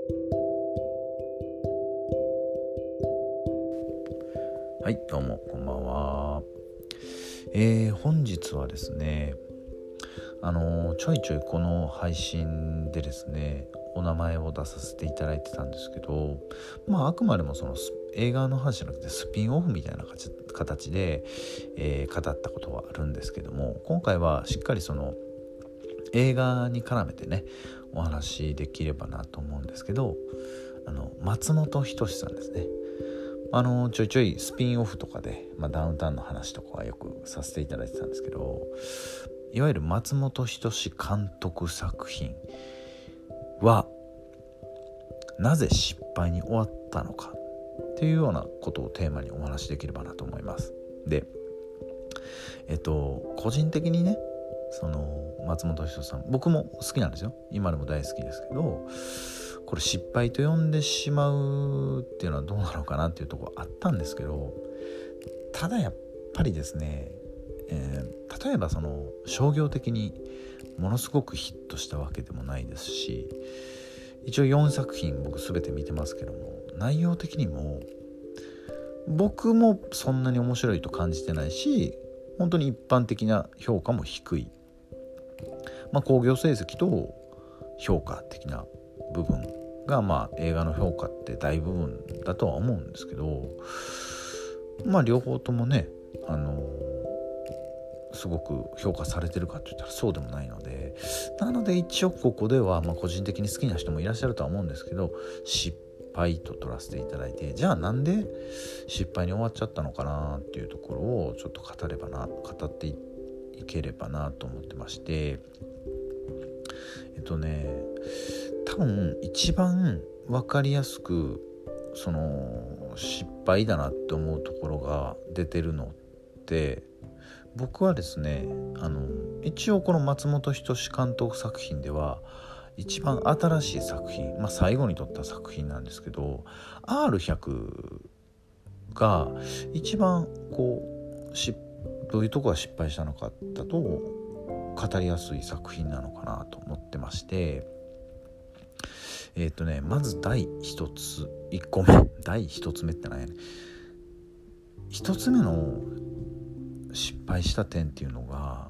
はい、どうもこんばんは。本日はですね、ちょいちょいこの配信でですね、お名前を出させていただいてたんですけど、あくまでもその映画の話じゃなくてスピンオフみたいな形で、語ったことはあるんですけども、今回はしっかりその映画に絡めてねお話できればなと思うんですけど、松本人志さんですね。ちょいちょいスピンオフとかで、ダウンタウンの話とかはよくさせていただいてたんですけど、いわゆる松本人志監督作品はなぜ失敗に終わったのかっていうようなことをテーマにお話しできればなと思います。で、個人的にね、その松本人志さん、僕も好きなんですよ。今でも大好きですけど、これ失敗と呼んでしまうっていうのはどうなのかなっていうところあったんですけど、ただやっぱりですね、例えばその商業的にものすごくヒットしたわけでもないですし、一応4作品僕全て見てますけども、内容的にも僕もそんなに面白いと感じてないし、本当に一般的な評価も低い、興行成績と評価的な部分が映画の評価って大部分だとは思うんですけど、両方ともね、すごく評価されてるかって言ったらそうでもないので、なので一応ここでは個人的に好きな人もいらっしゃるとは思うんですけど、失敗と取らせていただいて、じゃあなんで失敗に終わっちゃったのかなっていうところをちょっと語っていければなと思ってまして、多分一番分かりやすくその失敗だなって思うところが出てるのって、僕はですね、一応この松本人志監督作品では一番新しい作品、最後に撮った作品なんですけど、 R100 が一番どういうとこが失敗したのかだと語りやすい作品なのかなと思ってまして、まず第一個目って何やねん。一つ目の失敗した点っていうのが、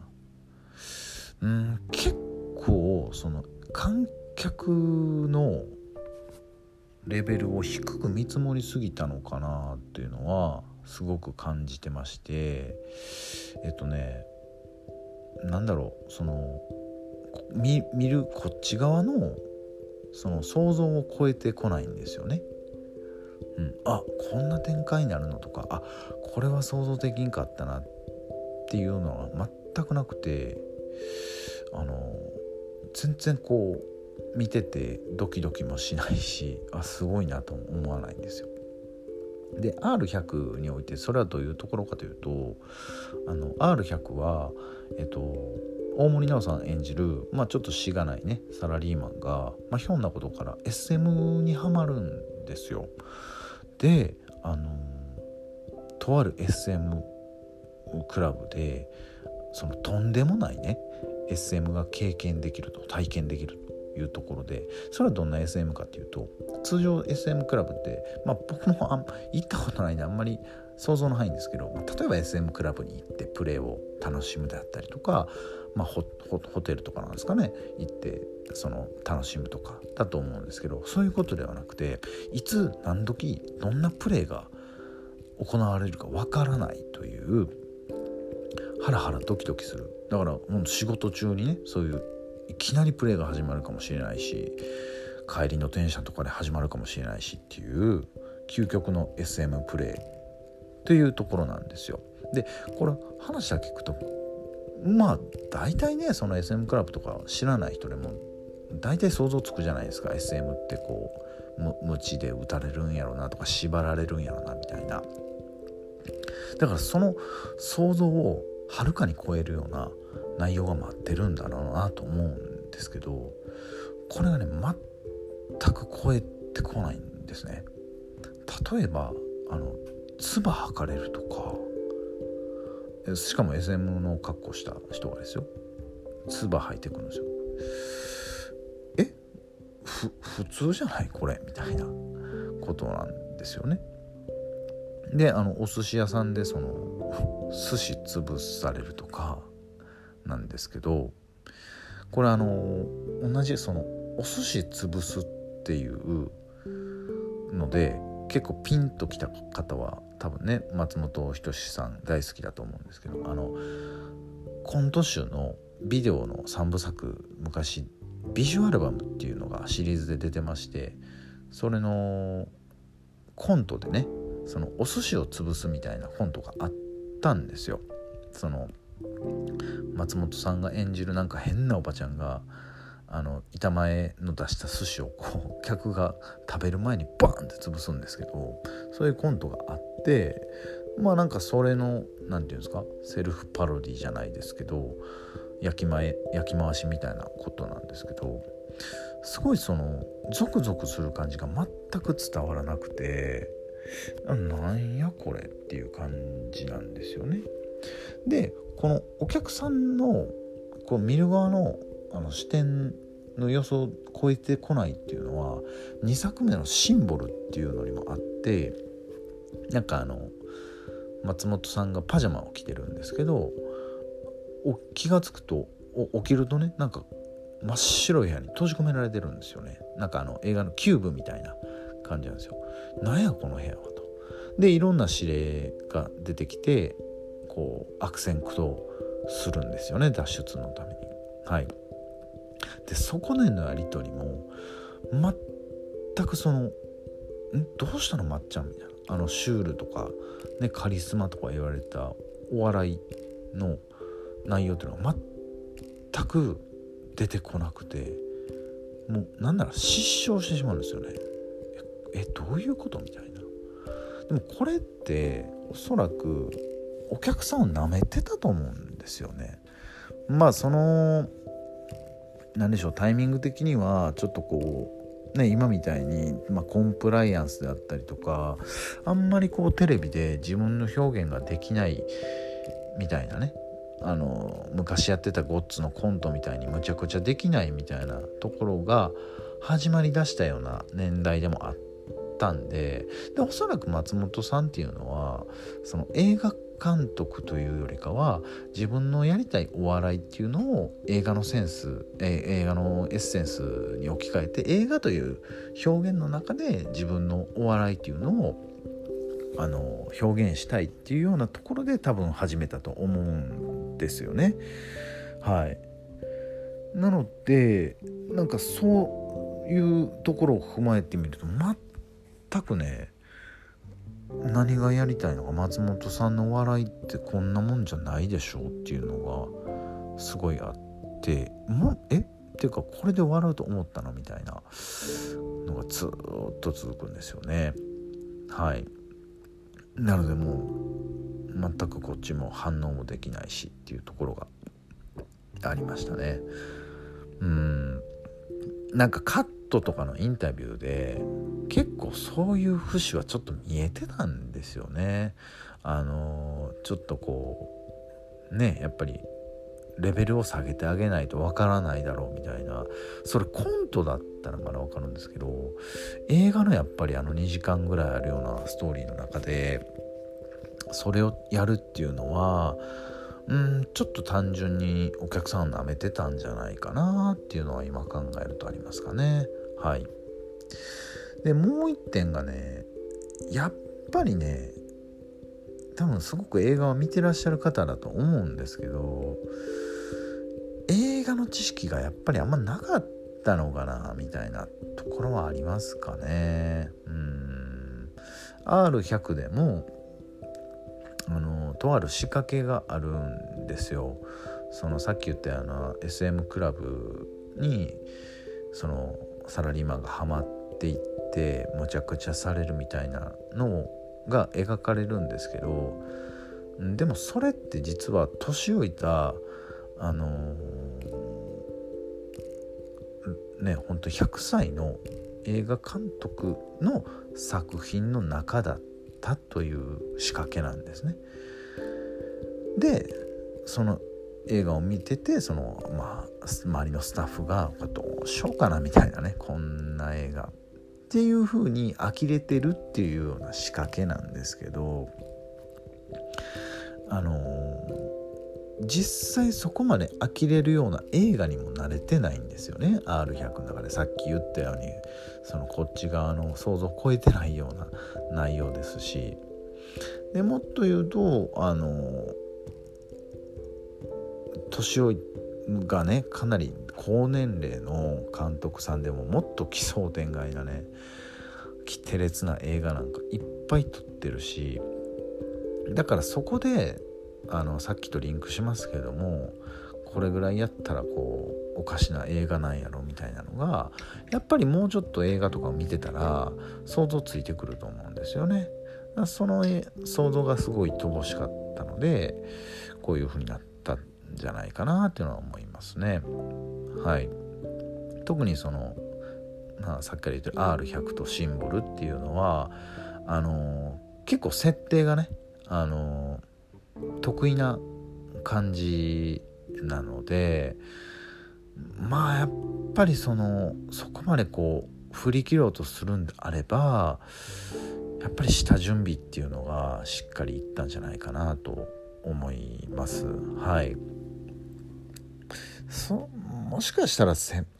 結構その観客のレベルを低く見積もりすぎたのかなっていうのはすごく感じてまして、その見るこっち側のその想像を超えてこないんですよね。こんな展開になるのとか、これは想像できんかったなっていうのは全くなくて、全然見ててドキドキもしないし、すごいなと思わないんですよ。で R100 においてそれはどういうところかというと、R100 は大森南朋さん演じる、ちょっとしがないねサラリーマンが、ひょんなことから SM にはまるんですよ。でとある SM クラブでそのとんでもないね SM が体験できるというところで、それはどんな SM かっていうと、通常 SM クラブって、僕も行ったことないんであんまり想像の範囲ですけど、例えば SM クラブに行ってプレイを楽しむであったりとか、ホテルとかなんですかね、行ってその楽しむとかだと思うんですけど、そういうことではなくて、いつ何時どんなプレイが行われるかわからないという、ハラハラドキドキする。だからもう仕事中にね、そういういきなりプレイが始まるかもしれないし、帰りの電車とかで始まるかもしれないしっていう究極の SM プレイというところなんですよ。でこれ話だけ聞くと、大体ね、その SM クラブとか知らない人でも大体想像つくじゃないですか。 SM って鞭で打たれるんやろなとか、縛られるんやろなみたいな。だからその想像をはるかに超えるような内容が待ってるんだろうなと思うんですけど、これがね全く超えてこないんですね。例えば唾吐かれるとか、しかも SM の格好した人がですよ、唾吐いてくるんですよ。 普通じゃないこれみたいなことなんですよね。でお寿司屋さんでその寿司潰されるとかなんですけど、これ同じそのお寿司潰すっていうので結構ピンときた方は多分ね松本人志さん大好きだと思うんですけど、コント集のビデオの3部作、昔ビジュアルバムっていうのがシリーズで出てまして、それのコントでねそのお寿司を潰すみたいなコントがあったんですよ。その松本さんが演じるなんか変なおばちゃんが板前の出した寿司をこう客が食べる前にバーンって潰すんですけど、そういうコントがあって、まあなんかそれのなんていうんですか、セルフパロディじゃないですけど焼き回しみたいなことなんですけど、すごいそのゾクゾクする感じが全く伝わらなくて、なんやこれっていう感じなんですよね。でこのお客さんのこう見る側の視点の予想を超えてこないっていうのは2作目のシンボルっていうのにもあって、なんか松本さんがパジャマを着てるんですけど、気がつくと起きるとねなんか真っ白い部屋に閉じ込められてるんですよね。なんか映画のキューブみたいな感じなんですよ。なんやこの部屋はと。でいろんな指令が出てきてこう悪戦苦闘するんですよね、脱出のために。はい。でそこでのやり取りも全くそのどうしたのまっちゃんみたいな、シュールとか、ね、カリスマとか言われたお笑いの内容っていうのは全く出てこなくて、もうなんなら失笑してしまうんですよね。どういうことみたいな。でもこれっておそらくお客さんを舐めてたと思うんですよね。まあそのなんでしょう、タイミング的にはちょっとこうね今みたいに、コンプライアンスであったりとかあんまりこうテレビで自分の表現ができないみたいなね、昔やってたゴッツのコントみたいにむちゃくちゃできないみたいなところが始まりだしたような年代でもあったんで、おそらく松本さんっていうのはその映画監督というよりかは自分のやりたいお笑いっていうのを映画のセンス、映画のエッセンスに置き換えて映画という表現の中で自分のお笑いっていうのを表現したいっていうようなところで多分始めたと思うんですよね。はい。なのでなんかそういうところを踏まえてみると全くね何がやりたいのか、松本さんの笑いってこんなもんじゃないでしょうっていうのがすごいあって、っていうかこれで笑うと思ったのみたいなのがずっと続くんですよね。はい。なのでもう全くこっちも反応もできないしっていうところがありましたね。なんかカットとかのインタビューで結構そういう節はちょっと見えてたんですよね。ちょっとこうねやっぱりレベルを下げてあげないとわからないだろうみたいな、それコントだったらまだわかるんですけど、映画のやっぱり2時間ぐらいあるようなストーリーの中でそれをやるっていうのはちょっと単純にお客さんを舐めてたんじゃないかなっていうのは今考えるとありますかね。はい。でもう一点がね、やっぱりね多分すごく映画を見てらっしゃる方だと思うんですけど、映画の知識がやっぱりあんまなかったのかなみたいなところはありますかね。R100 でもとある仕掛けがあるんですよ。そのさっき言ったような SM クラブにそのサラリーマンがハマっていってむちゃくちゃされるみたいなのが描かれるんですけど、でもそれって実は年老いた本当100歳の映画監督の作品の中だったという仕掛けなんですね。でその映画を見てて周りのスタッフがどうしようかなみたいなね、こんな映画っていう風に呆れてるっていうような仕掛けなんですけど、実際そこまで呆れるような映画にも慣れてないんですよね。 R100 の中でさっき言ったようにこっち側の想像を超えてないような内容ですし、でもっと言うと年老いがねかなり高年齢の監督さんでももっと奇想天外なね奇て烈な映画なんかいっぱい撮ってるし、だからそこでさっきとリンクしますけれども、これぐらいやったらおかしな映画なんやろみたいなのがやっぱりもうちょっと映画とかを見てたら想像ついてくると思うんですよね。その想像がすごい乏しかったのでこういう風になったんじゃないかなっていうのは思いますね。はい。特にさっきから言ってる R100 とシンボルっていうのは結構設定がね得意な感じなので、やっぱりそこまで振り切ろうとするんであればやっぱり下準備っていうのがしっかりいったんじゃないかなと思います。はい。もしかしたら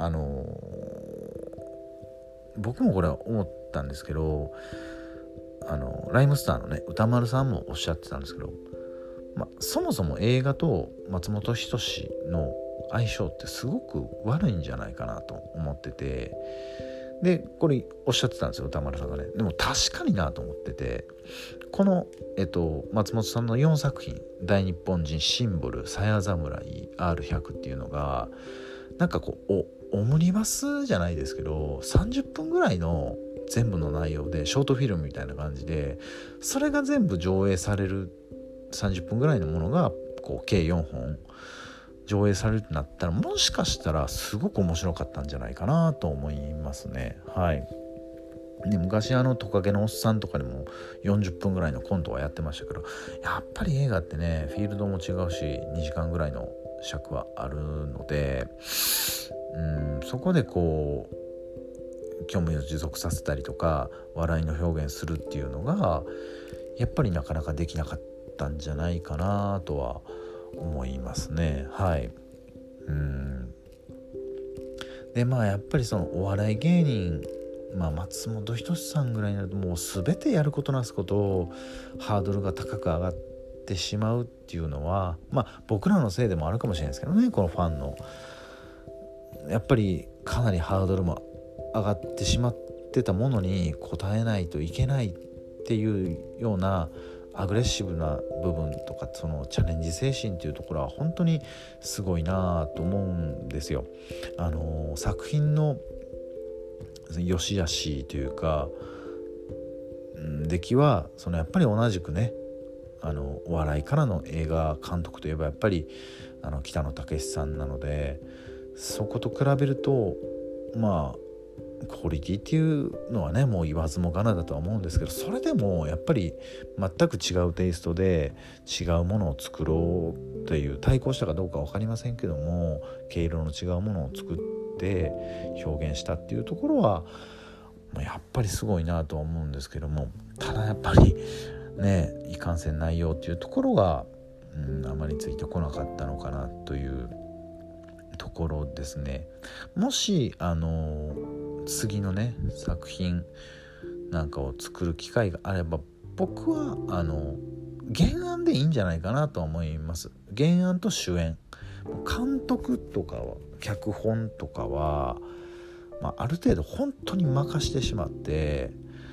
僕もこれは思ったんですけどライムスターのね歌丸さんもおっしゃってたんですけど、そもそも映画と松本人志の相性ってすごく悪いんじゃないかなと思ってて、でこれおっしゃってたんですよ歌丸さんがね。でも確かになと思ってて、この、松本さんの4作品大日本人、シンボル、鞘侍、R100 っていうのがなんかオムニバスじゃないですけど30分ぐらいの全部の内容でショートフィルムみたいな感じでそれが全部上映される30分ぐらいのものが計4本上映されるとなったらもしかしたらすごく面白かったんじゃないかなと思いますね。はい。で昔トカゲのおっさんとかでも40分ぐらいのコントはやってましたけど、やっぱり映画ってねフィールドも違うし2時間ぐらいの尺はあるのでそこで興味を持続させたりとか笑いの表現するっていうのがやっぱりなかなかできなかったんじゃないかなとは思いますね。はい。でやっぱりお笑い芸人松本人志さんぐらいになるともう全てやることなすことをハードルが高く上がってしまうっていうのは僕らのせいでもあるかもしれないですけどね、このファンのやっぱりかなりハードルも上がってしまってたものに応えないといけないっていうようなアグレッシブな部分とかチャレンジ精神っていうところは本当にすごいなと思うんですよ。作品の良し悪しというか出来はやっぱり同じくねお笑いからの映画監督といえばやっぱり北野武さんなので、そこと比べるとクオリティっていうのはねもう言わずもがなだとは思うんですけど、それでもやっぱり全く違うテイストで違うものを作ろうという対抗したかどうか分かりませんけども毛色の違うものを作って表現したっていうところはやっぱりすごいなとは思うんですけども、ただやっぱりねいかんせん内容っていうところがあまりついてこなかったのかなというところですね。もし次のね作品なんかを作る機会があれば僕は原案でいいんじゃないかなと思います。原案と主演、監督とかは脚本とかは、ある程度本当に任してしまって、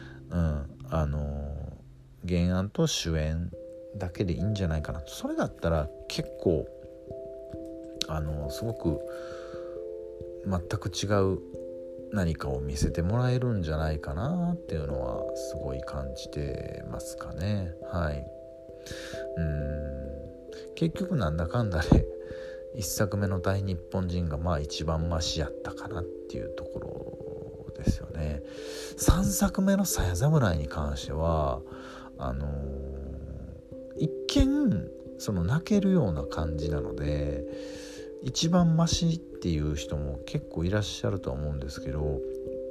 原案と主演だけでいいんじゃないかなと。それだったら結構すごく全く違う何かを見せてもらえるんじゃないかなっていうのはすごい感じてますかね。はい。結局なんだかんだで一作目の大日本人が一番マシやったかなっていうところですよね。3作目の鞘侍に関しては一見その泣けるような感じなので、一番マシっていう人も結構いらっしゃるとは思うんですけど、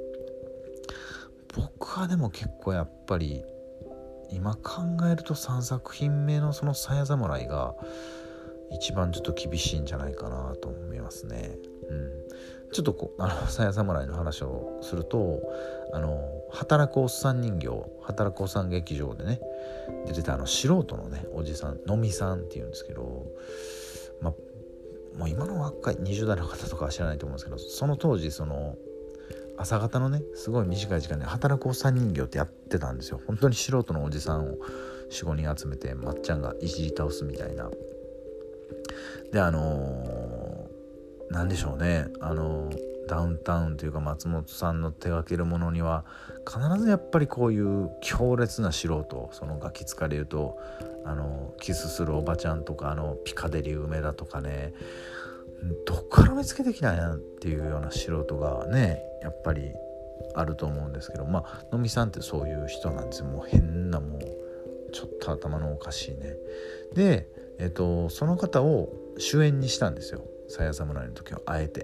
僕はでも結構やっぱり今考えると3作品目のその鞘侍が一番ちょっと厳しいんじゃないかなと思いますね。ちょっと鞘侍の話をすると、働くおっさん人形、働くおっさん劇場でね出てた素人のねおじさん、のみさんっていうんですけど、もう今の若い20代の方とかは知らないと思うんですけど、その当時その朝方のねすごい短い時間で働くおっさん人形ってやってたんですよ。本当に素人のおじさんを 4,5 人集めてまっちゃんがいじり倒すみたいな。でなんでしょうね、ダウンタウンというか松本さんの手掛けるものには必ずやっぱりこういう強烈な素人、そのガキ使で言うとキスするおばちゃんとかピカデリー梅田とかね、どっから見つけてきたんやっていうような素人がねやっぱりあると思うんですけど、のみさんってそういう人なんですよ。もう変な、もうちょっと頭のおかしいね。で、その方を主演にしたんですよ、鞘侍の時はあえて。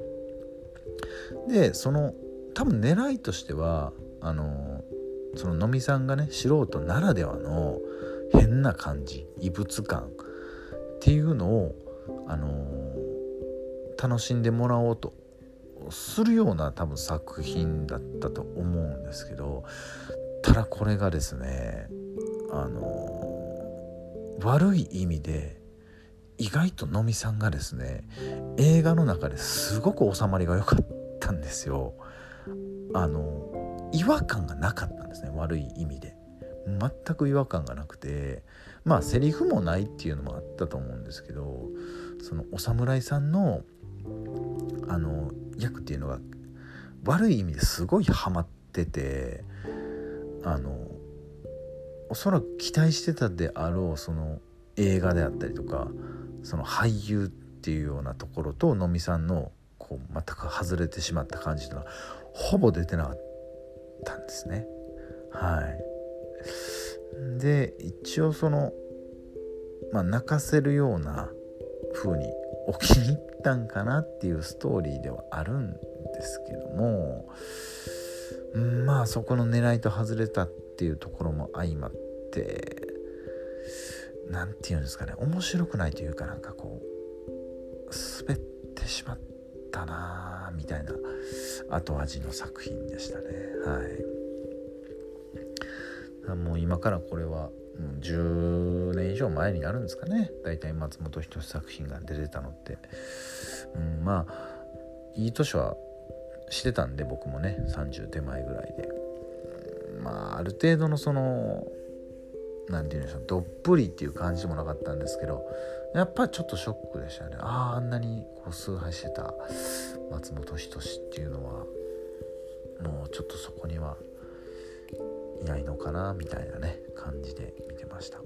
でその多分狙いとしてはそののみさんがね素人ならではの変な感じ、異物感っていうのを楽しんでもらおうとするような多分作品だったと思うんですけど、ただこれがですね悪い意味で意外とのみさんがですね映画の中ですごく収まりが良かったんですよ。違和感がなかったんですね、悪い意味で。全く違和感がなくて、セリフもないっていうのもあったと思うんですけど、そのお侍さんの役っていうのが悪い意味ですごいハマってて、おそらく期待してたであろうその映画であったりとかその俳優っていうようなところとのみさんのこう全く外れてしまった感じというのはほぼ出てなかったんですね。で一応その泣かせるような風にお気に入ったんかなっていうストーリーではあるんですけども、そこの狙いと外れたっていうところも相まってなんていうんですかね、面白くないというかなんかこう滑ってしまったなみたいな後味の作品でしたね。もう今からこれは10年以上前になるんですかね、だいたい松本人志作品が出てたのって。いい年はしてたんで僕もね30手前ぐらいで、ある程度のそのなんていうんでしょう、どっぷりっていう感じもなかったんですけど、やっぱりちょっとショックでしたね。あんなにこう崇拝してた松本人志っていうのはもうちょっとそこにはいないのかなみたいなね感じで見てました。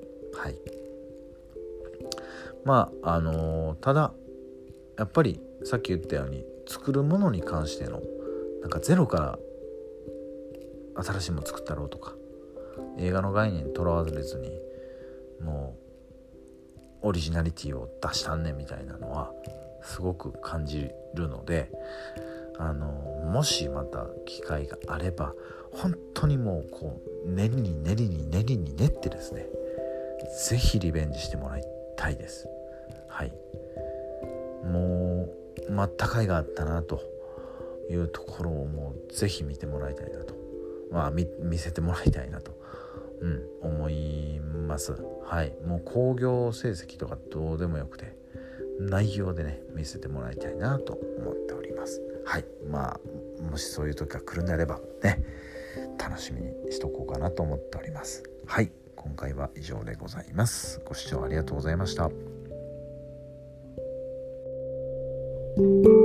ただやっぱりさっき言ったように作るものに関してのなんかゼロから新しいもの作ったろうとか映画の概念にとらわれずにもうオリジナリティを出したんねんみたいなのはすごく感じるので、もしまた機会があれば本当にもうこう練りに練ってですねぜひリベンジしてもらいたいです。もう全く甲斐があったなというところをもうぜひ見てもらいたいなと、見せてもらいたいなと、思います。もう興行成績とかどうでもよくて内容でね見せてもらいたいなと思っております。もしそういう時が来るんであればね楽しみにしとこうかなと思っております。今回は以上でございます。ご視聴ありがとうございました。